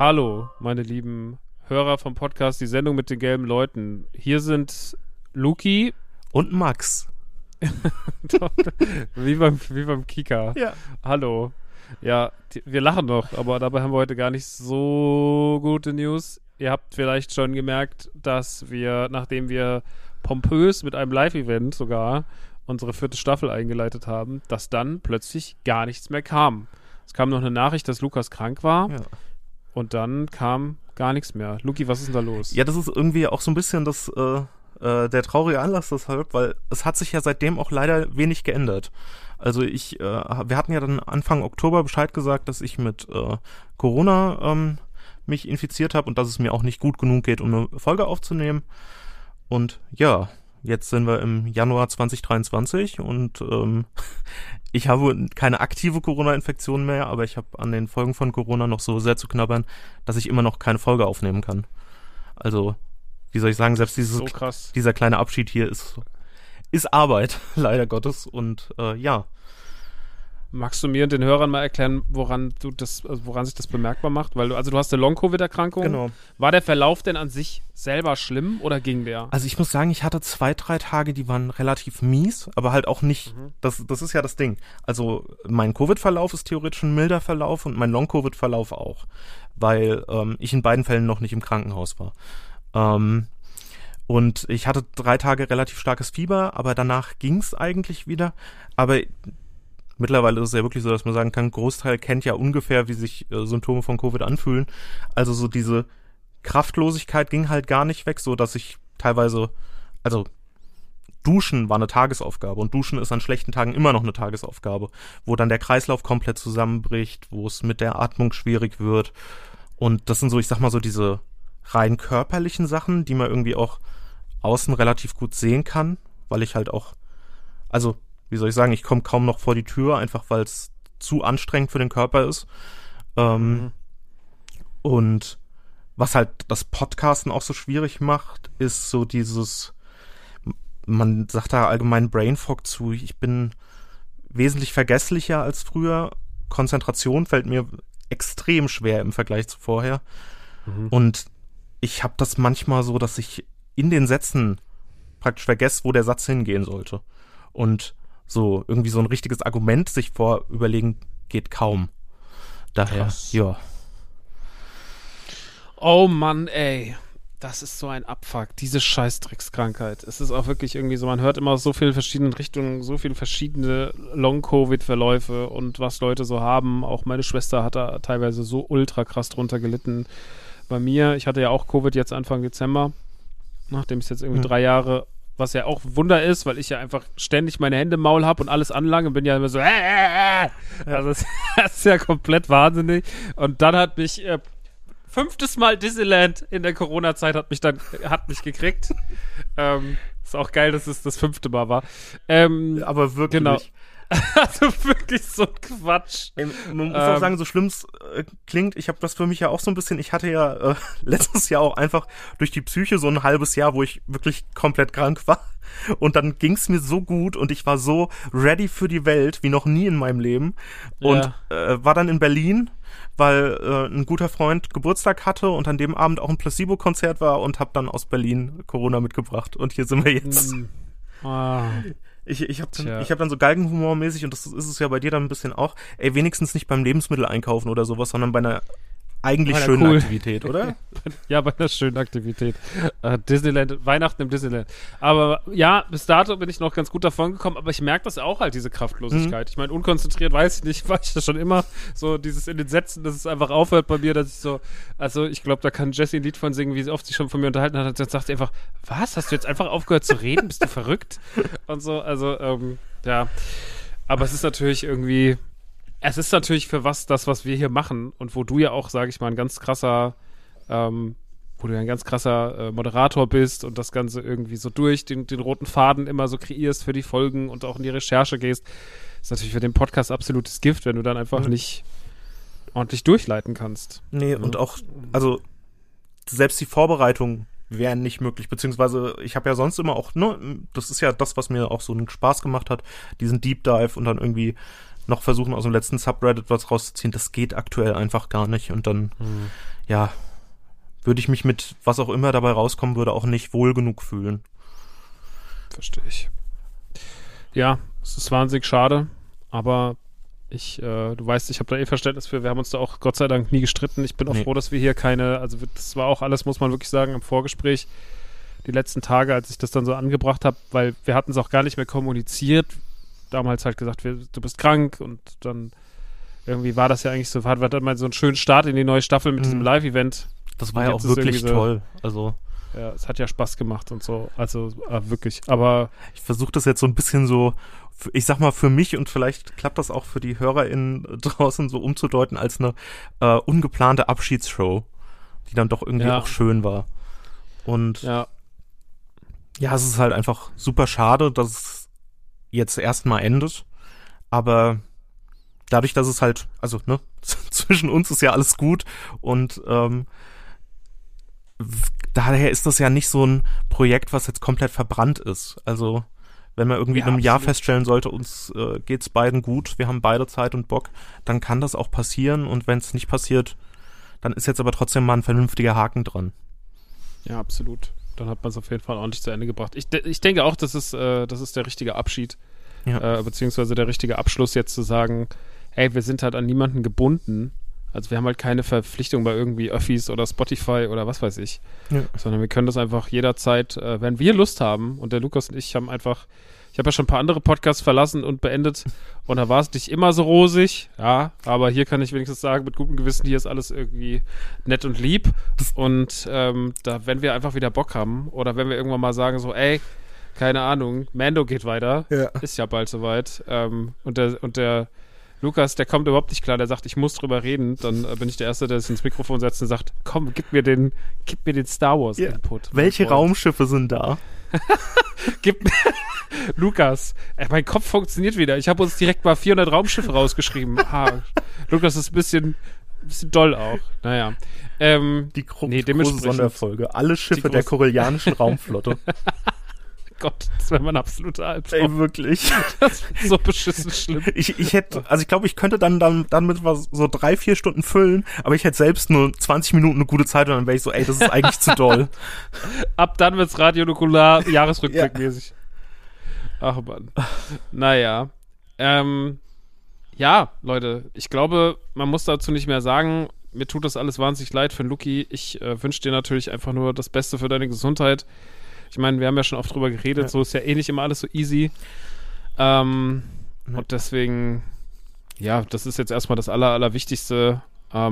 Hallo, meine lieben Hörer vom Podcast, die Sendung mit den gelben Leuten. Hier sind Luki und Max. wie beim Kika. Ja. Hallo. Ja, wir lachen noch, aber dabei haben wir heute gar nicht so gute News. Ihr habt vielleicht schon gemerkt, dass wir, nachdem wir pompös mit einem Live-Event sogar unsere 4. Staffel eingeleitet haben, dass dann plötzlich gar nichts mehr kam. Es kam noch eine Nachricht, dass Lukas krank war. Ja. Und dann kam gar nichts mehr. Luki, was ist denn da los? Ja, das ist irgendwie auch so ein bisschen der traurige Anlass deshalb, weil es hat sich ja seitdem auch leider wenig geändert. Also wir hatten ja dann Anfang Oktober Bescheid gesagt, dass ich mit Corona mich infiziert habe und dass es mir auch nicht gut genug geht, um eine Folge aufzunehmen. Und ja, jetzt sind wir im Januar 2023 und ich habe keine aktive Corona-Infektion mehr, aber ich habe an den Folgen von Corona noch so sehr zu knabbern, dass ich immer noch keine Folge aufnehmen kann. Also, wie soll ich sagen, selbst dieser kleine Abschied hier ist Arbeit, leider Gottes. Und ja. Magst du mir und den Hörern mal erklären, woran sich das bemerkbar macht? Weil du hast eine Long-Covid-Erkrankung. Genau. War der Verlauf denn an sich selber schlimm oder ging der? Also ich muss sagen, ich hatte 2-3 Tage, die waren relativ mies, aber halt auch nicht, das ist ja das Ding. Also mein Covid-Verlauf ist theoretisch ein milder Verlauf und mein Long-Covid-Verlauf auch, weil ich in beiden Fällen noch nicht im Krankenhaus war. Und ich hatte 3 Tage relativ starkes Fieber, aber danach ging's eigentlich wieder. Aber mittlerweile ist es ja wirklich so, dass man sagen kann, ein Großteil kennt ja ungefähr, wie sich Symptome von Covid anfühlen. Also so diese Kraftlosigkeit ging halt gar nicht weg, so dass ich teilweise, also Duschen war eine Tagesaufgabe und Duschen ist an schlechten Tagen immer noch eine Tagesaufgabe, wo dann der Kreislauf komplett zusammenbricht, wo es mit der Atmung schwierig wird. Und das sind so, ich sag mal so diese rein körperlichen Sachen, die man irgendwie auch außen relativ gut sehen kann, weil ich halt auch, also wie soll ich sagen, ich komme kaum noch vor die Tür, einfach weil es zu anstrengend für den Körper ist. Und was halt das Podcasten auch so schwierig macht, ist so dieses, man sagt da allgemein Brain Fog zu, ich bin wesentlich vergesslicher als früher. Konzentration fällt mir extrem schwer im Vergleich zu vorher. Und ich habe das manchmal so, dass ich in den Sätzen praktisch vergesse, wo der Satz hingehen sollte. Und so irgendwie so ein richtiges Argument sich vorüberlegen geht kaum. Daher, Krass. ja. Oh Mann, ey. Das ist so ein Abfuck, diese Scheißdreckskrankheit. Es ist auch wirklich irgendwie so, man hört immer aus so vielen verschiedenen Richtungen, so viele verschiedene Long-Covid-Verläufe und was Leute so haben. Auch meine Schwester hat da teilweise so ultra krass drunter gelitten. Bei mir, ich hatte ja auch Covid jetzt Anfang Dezember, nachdem ich jetzt irgendwie 3 Jahre, was ja auch Wunder ist, weil ich ja einfach ständig meine Hände im Maul habe und alles anlange und bin ja immer so Also das ist ja komplett wahnsinnig. Und dann hat mich 5. Mal Disneyland in der Corona-Zeit hat mich gekriegt. Ist auch geil, dass es das 5. Mal war. Aber wirklich. Genau. Also wirklich so ein Quatsch. Man muss auch sagen, so schlimm es klingt, ich habe das für mich ja auch so ein bisschen, ich hatte ja letztes Jahr auch einfach durch die Psyche so ein halbes Jahr, wo ich wirklich komplett krank war und dann ging's mir so gut und ich war so ready für die Welt wie noch nie in meinem Leben und war dann in Berlin, weil ein guter Freund Geburtstag hatte und an dem Abend auch ein Placebo-Konzert war und habe dann aus Berlin Corona mitgebracht und hier sind wir jetzt. Ich hab dann so Galgenhumor-mäßig, und das ist es ja bei dir dann ein bisschen auch, wenigstens nicht beim Lebensmittel einkaufen oder sowas, sondern bei einer eigentlich schönen Aktivität, oder? Ja, bei einer schönen Aktivität. Disneyland, Weihnachten im Disneyland. Aber ja, bis dato bin ich noch ganz gut davon gekommen, aber ich merke das auch halt, diese Kraftlosigkeit. Ich meine, unkonzentriert weiß ich nicht, war ich das schon immer so, dieses in den Sätzen, dass es einfach aufhört bei mir, dass ich so, also ich glaube, da kann Jessie ein Lied von singen, wie sie oft sich schon von mir unterhalten hat, dann sagt sie einfach, was, hast du jetzt einfach aufgehört zu reden? Bist du verrückt? Und so, also, ja. Aber es ist natürlich irgendwie, es ist natürlich für was wir hier machen und wo du ja auch, sage ich mal, ein ganz krasser Moderator bist und das Ganze irgendwie so durch den roten Faden immer so kreierst für die Folgen und auch in die Recherche gehst, ist natürlich für den Podcast absolutes Gift, wenn du dann einfach nicht ordentlich durchleiten kannst. Nee, und auch, also selbst die Vorbereitung wären nicht möglich, beziehungsweise ich habe ja sonst immer auch, ne, das ist ja das, was mir auch so einen Spaß gemacht hat, diesen Deep Dive und dann irgendwie noch versuchen, aus dem letzten Subreddit was rauszuziehen. Das geht aktuell einfach gar nicht. Und dann, ja, würde ich mich mit was auch immer dabei rauskommen würde, auch nicht wohl genug fühlen. Verstehe ich. Ja, es ist wahnsinnig schade, aber du weißt, ich habe da Verständnis für, wir haben uns da auch Gott sei Dank nie gestritten. Ich bin auch froh, dass wir hier also das war auch alles, muss man wirklich sagen, im Vorgespräch, die letzten Tage, als ich das dann so angebracht habe, weil wir hatten es auch gar nicht mehr kommuniziert, damals halt gesagt, du bist krank und dann irgendwie war das ja eigentlich so, war dann mal so einen schönen Start in die neue Staffel mit diesem Live-Event. Das war ja auch wirklich toll, also ja, es hat ja Spaß gemacht und so, also wirklich, aber ich versuche das jetzt so ein bisschen so, ich sag mal, für mich und vielleicht klappt das auch für die HörerInnen draußen so umzudeuten als eine ungeplante Abschiedsshow, die dann doch irgendwie auch schön war. Und ja, es ist halt einfach super schade, dass es jetzt erstmal endet, aber dadurch, dass es halt, also, ne, zwischen uns ist ja alles gut und daher ist das ja nicht so ein Projekt, was jetzt komplett verbrannt ist. Also, wenn man irgendwie in einem Jahr feststellen sollte, uns geht's beiden gut, wir haben beide Zeit und Bock, dann kann das auch passieren und wenn es nicht passiert, dann ist jetzt aber trotzdem mal ein vernünftiger Haken dran. Ja, absolut. Dann hat man es auf jeden Fall ordentlich zu Ende gebracht. Ich denke auch, das ist der richtige Abschied, beziehungsweise der richtige Abschluss, jetzt zu sagen, hey, wir sind halt an niemanden gebunden. Also wir haben halt keine Verpflichtung bei irgendwie Öffis oder Spotify oder was weiß ich. Ja. Sondern wir können das einfach jederzeit, wenn wir Lust haben. Und der Lukas und ich haben einfach, ich habe ja schon ein paar andere Podcasts verlassen und beendet. Und da war es nicht immer so rosig. Ja, aber hier kann ich wenigstens sagen, mit gutem Gewissen, hier ist alles irgendwie nett und lieb. Und da, wenn wir einfach wieder Bock haben oder wenn wir irgendwann mal sagen so, ey, keine Ahnung, Mando geht weiter. Ja. Ist ja bald soweit. Und der Lukas, der kommt überhaupt nicht klar, der sagt, ich muss drüber reden, dann bin ich der Erste, der sich ins Mikrofon setzt und sagt, komm, gib mir den Star Wars Input. Welche Raumschiffe sind da? Lukas, mein Kopf funktioniert wieder. Ich habe uns direkt mal 400 Raumschiffe rausgeschrieben. Lukas ist ein bisschen doll auch. Naja. Die große Sonderfolge. Alle Schiffe der koreanischen Raumflotte. Gott, das wäre mein absoluter Albtraum. Ey, wirklich. Das ist so beschissen schlimm. Ich glaube, ich könnte dann mit was so 3-4 Stunden füllen, aber ich hätte selbst nur 20 Minuten eine gute Zeit und dann wäre ich so, ey, das ist eigentlich zu doll. Ab dann wird's radionukular Jahresrückblickmäßig. Ach Mann. Naja. Ja, Leute, ich glaube, man muss dazu nicht mehr sagen, mir tut das alles wahnsinnig leid für den Luki. Ich wünsche dir natürlich einfach nur das Beste für deine Gesundheit. Ich meine, wir haben ja schon oft drüber geredet, so ist ja eh nicht immer alles so easy. Und deswegen, ja, das ist jetzt erstmal das Allerwichtigste.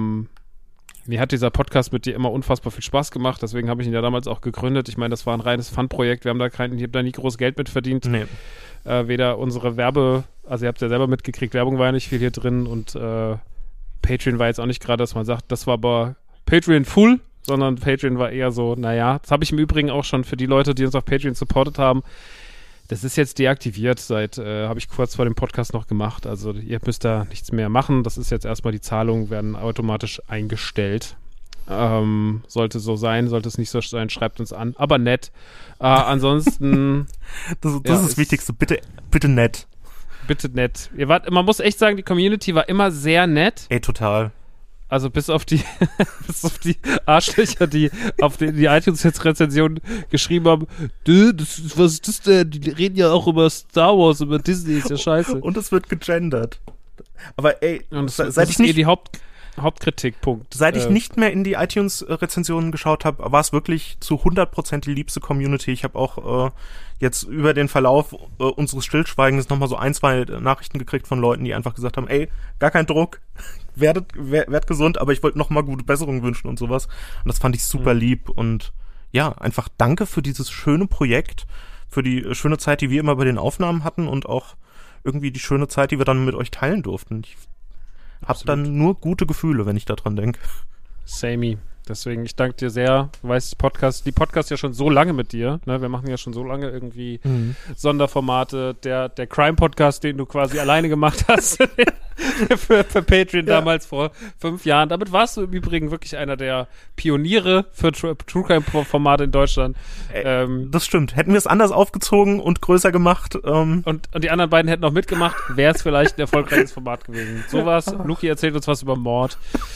Mir hat dieser Podcast mit dir immer unfassbar viel Spaß gemacht, deswegen habe ich ihn ja damals auch gegründet. Ich meine, das war ein reines Fun-Projekt, ich habe da nie groß Geld mit verdient. Nee. Weder unsere also ihr habt ja selber mitgekriegt, Werbung war ja nicht viel hier drin und Patreon war jetzt auch nicht gerade, dass man sagt, das war aber Patreon full, sondern Patreon war eher so, naja, das habe ich im Übrigen auch schon für die Leute, die uns auf Patreon supportet haben. Das ist jetzt deaktiviert, habe ich kurz vor dem Podcast noch gemacht. Also ihr müsst da nichts mehr machen. Das ist jetzt erstmal, die Zahlungen werden automatisch eingestellt. Sollte so sein, sollte es nicht so sein, schreibt uns an. Aber nett. Ansonsten das ist das Wichtigste. Bitte nett. Bitte nett. Man muss echt sagen, die Community war immer sehr nett. Ey, total. Also bis auf die Arschlöcher, die auf die iTunes-Rezension geschrieben haben, was ist das denn? Die reden ja auch über Star Wars, über Disney, ist ja scheiße. Und es wird gegendert. Aber ey, seit ich nicht... die Hauptkritikpunkt. Seit ich nicht mehr in die iTunes-Rezensionen geschaut habe, war es wirklich zu 100% die liebste Community. Ich habe auch jetzt über den Verlauf unseres Stillschweigens nochmal so 1-2 Nachrichten gekriegt von Leuten, die einfach gesagt haben, ey, gar kein Druck, werd gesund, aber ich wollte nochmal gute Besserung wünschen und sowas. Und das fand ich super lieb. Und ja, einfach danke für dieses schöne Projekt, für die schöne Zeit, die wir immer bei den Aufnahmen hatten und auch irgendwie die schöne Zeit, die wir dann mit euch teilen durften. Ich hab dann nur gute Gefühle, wenn ich da dran denke. Samey. Deswegen, ich danke dir sehr. Du weißt, die Podcast ja schon so lange mit dir. Ne? Wir machen ja schon so lange irgendwie Sonderformate. Der Crime-Podcast, den du quasi alleine gemacht hast, für Patreon damals vor 5 Jahren. Damit warst du im Übrigen wirklich einer der Pioniere für True Crime Formate in Deutschland. Das stimmt. Hätten wir es anders aufgezogen und größer gemacht. Und die anderen beiden hätten auch mitgemacht, wäre es vielleicht ein erfolgreiches Format gewesen. So war's. Luki erzählt uns was über Mord.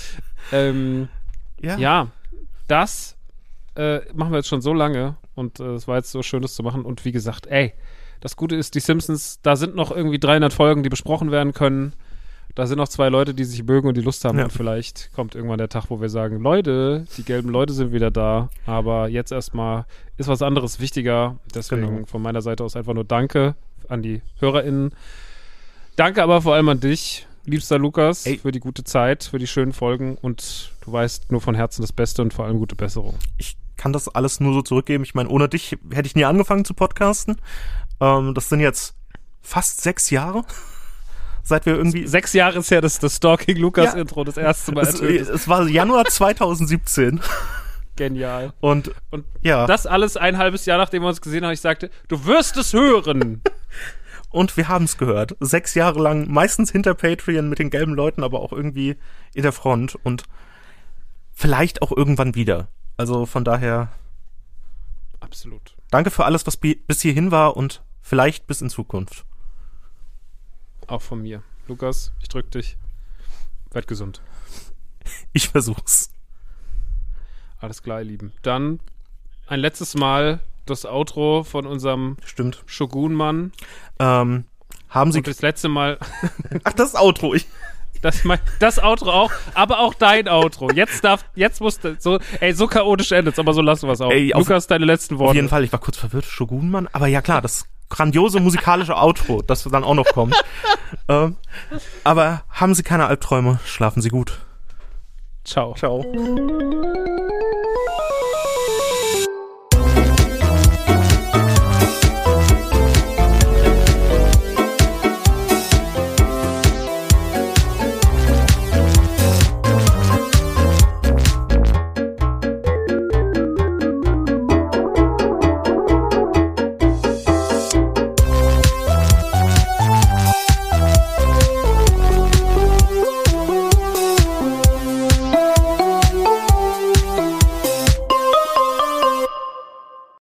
Ja, das machen wir jetzt schon so lange und es war jetzt so schön, das zu machen. Und wie gesagt, das Gute ist, die Simpsons, da sind noch irgendwie 300 Folgen, die besprochen werden können. Da sind noch 2 Leute, die sich mögen und die Lust haben. Ja. Und vielleicht kommt irgendwann der Tag, wo wir sagen, Leute, die gelben Leute sind wieder da. Aber jetzt erstmal ist was anderes wichtiger. Deswegen von meiner Seite aus einfach nur Danke an die HörerInnen. Danke aber vor allem an dich, liebster Lukas, für die gute Zeit, für die schönen Folgen. Und du weißt nur von Herzen das Beste und vor allem gute Besserung. Ich kann das alles nur so zurückgeben. Ich meine, ohne dich hätte ich nie angefangen zu podcasten. Das sind jetzt fast 6 Jahre, seit wir irgendwie... 6 Jahre ist ja das Stalking-Lukas-Intro das erste Mal ertönt. Es war Januar 2017. Genial. Und ja. Das alles ein halbes Jahr, nachdem wir uns gesehen haben, ich sagte, du wirst es hören. Und wir haben es gehört. 6 Jahre lang, meistens hinter Patreon mit den gelben Leuten, aber auch irgendwie in der Front. Und vielleicht auch irgendwann wieder. Also von daher... Absolut. Danke für alles, was bis hierhin war und vielleicht bis in Zukunft. Auch von mir. Lukas, ich drück dich. Werd gesund. Ich versuch's. Alles klar, ihr Lieben. Dann ein letztes Mal das Outro von unserem Shogun-Mann. Haben Sie... Und das letzte Mal... Ach, das Outro. Das Outro auch, aber auch dein Outro. Jetzt musste so chaotisch endet's, aber so lassen wir es auch. Lukas, deine letzten Worte. Auf jeden Fall, ich war kurz verwirrt, Shogun-Mann, aber ja klar, das grandiose musikalische Outro, das dann auch noch kommt. Aber haben Sie keine Albträume, schlafen Sie gut. Ciao. Ciao.